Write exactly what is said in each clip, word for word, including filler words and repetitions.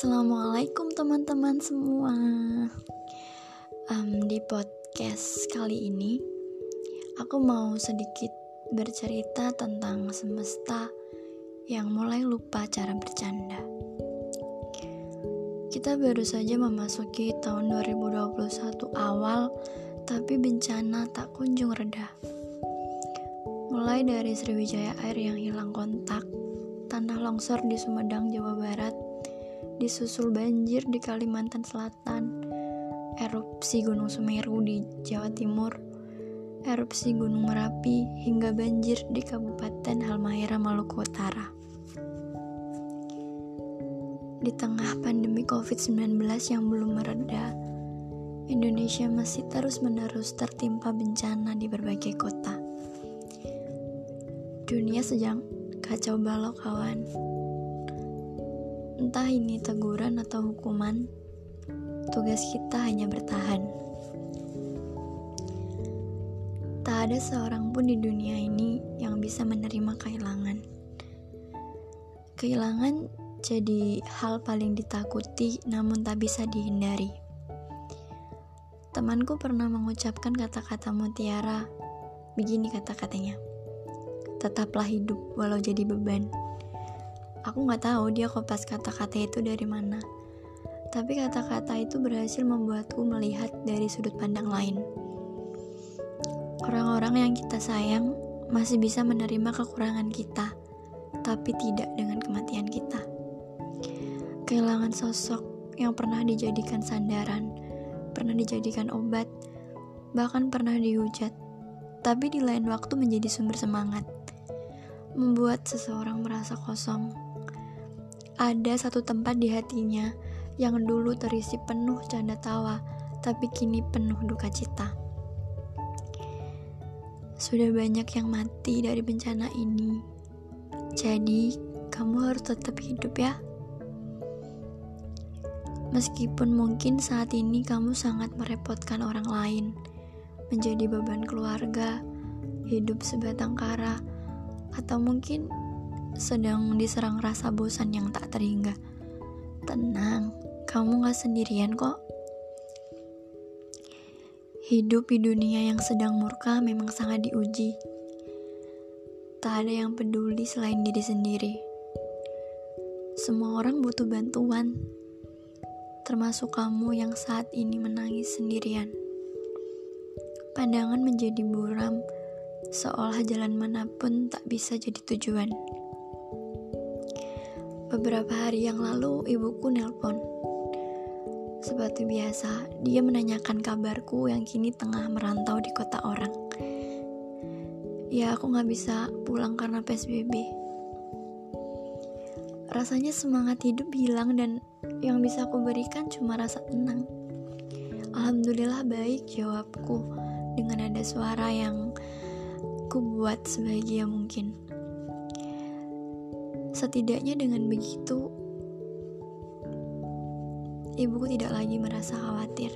Assalamualaikum teman-teman semua. um, Di podcast kali ini aku mau sedikit bercerita tentang semesta yang mulai lupa cara bercanda. Kita baru saja memasuki tahun dua ribu dua puluh satu awal, tapi bencana tak kunjung reda. Mulai dari Sriwijaya Air yang hilang kontak, tanah longsor di Sumedang, Jawa Barat, disusul banjir di Kalimantan Selatan, erupsi Gunung Semeru di Jawa Timur, erupsi Gunung Merapi, hingga banjir di Kabupaten Halmahera, Maluku Utara. Di tengah pandemi covid sembilan belas yang belum mereda, Indonesia masih terus-menerus tertimpa bencana di berbagai kota. Dunia sedang kacau balau, kawan. Entah ini teguran atau hukuman, tugas kita hanya bertahan. Tak ada seorang pun di dunia ini yang bisa menerima kehilangan. Kehilangan jadi hal paling ditakuti, namun tak bisa dihindari. Temanku pernah mengucapkan kata-kata mutiara. Begini kata-katanya: tetaplah hidup walau jadi beban. Aku gak tahu dia kopas kata-kata itu dari mana, tapi kata-kata itu berhasil membuatku melihat dari sudut pandang lain. Orang-orang yang kita sayang masih bisa menerima kekurangan kita, tapi tidak dengan kematian kita. Kehilangan sosok yang pernah dijadikan sandaran, pernah dijadikan obat, bahkan pernah dihujat, tapi di lain waktu menjadi sumber semangat, membuat seseorang merasa kosong. Ada satu tempat di hatinya yang dulu terisi penuh canda tawa, tapi kini penuh duka cita. Sudah banyak yang mati dari bencana ini, jadi kamu harus tetap hidup ya. Meskipun mungkin saat ini kamu sangat merepotkan orang lain, menjadi beban keluarga, hidup sebatang kara, atau mungkin sedang diserang rasa bosan yang tak terhingga. Tenang, kamu gak sendirian kok. Hidup di dunia yang sedang murka memang sangat diuji. Tak ada yang peduli selain diri sendiri. Semua orang butuh bantuan, termasuk kamu yang saat ini menangis sendirian. Pandangan menjadi buram, seolah jalan manapun tak bisa jadi tujuan. Beberapa hari yang lalu ibuku nelpon. Seperti biasa, dia menanyakan kabarku yang kini tengah merantau di kota orang. Ya, aku gak bisa pulang karena P S B B. Rasanya semangat hidup hilang dan yang bisa aku berikan cuma rasa tenang. Alhamdulillah baik, jawabku dengan nada suara yang ku buat sebahagia mungkin. Setidaknya dengan begitu, ibuku tidak lagi merasa khawatir.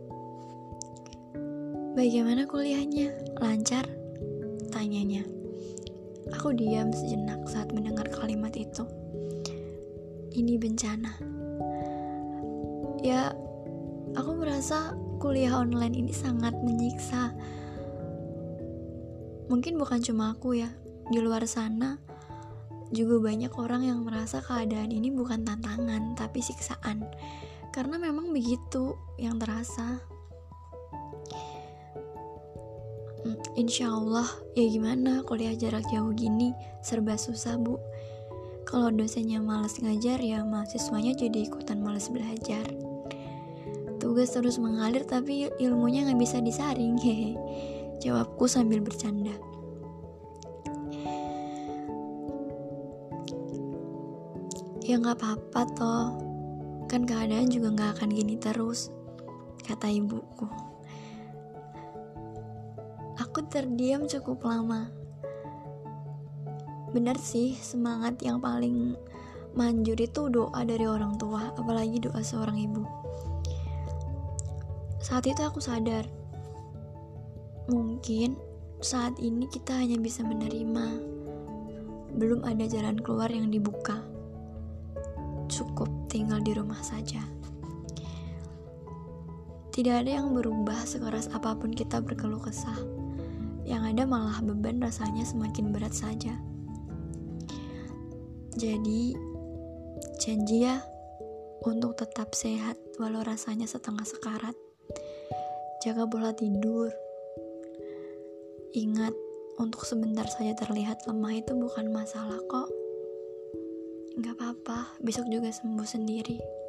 Bagaimana kuliahnya? Lancar? Tanyanya. Aku diam sejenak saat mendengar kalimat itu. Ini bencana. Ya, aku merasa kuliah online ini sangat menyiksa. Mungkin bukan cuma aku ya, di luar sana juga banyak orang yang merasa keadaan ini bukan tantangan, tapi siksaan. Karena memang begitu yang terasa. Hmm, insya Allah, ya gimana kuliah jarak jauh gini, serba susah bu. Kalau dosennya malas ngajar, ya mahasiswanya jadi ikutan malas belajar. Tugas terus mengalir, tapi ilmunya gak bisa disaring, hehe. Jawabku sambil bercanda. Ya gak apa-apa toh, kan keadaan juga gak akan gini terus, kata ibuku. Aku terdiam cukup lama. Benar sih, semangat yang paling manjur itu doa dari orang tua, apalagi doa seorang ibu. Saat itu aku sadar, mungkin saat ini kita hanya bisa menerima, belum ada jalan keluar yang dibuka. cukup tinggal di rumah saja. Tidak ada yang berubah sekeras apapun kita berkeluh kesah. Yang ada malah beban rasanya semakin berat saja. Jadi, janji ya untuk tetap sehat walau rasanya setengah sekarat. Jaga pola tidur. Ingat, untuk sebentar saja terlihat lemah itu bukan masalah kok. Gak apa-apa, besok juga sembuh sendiri.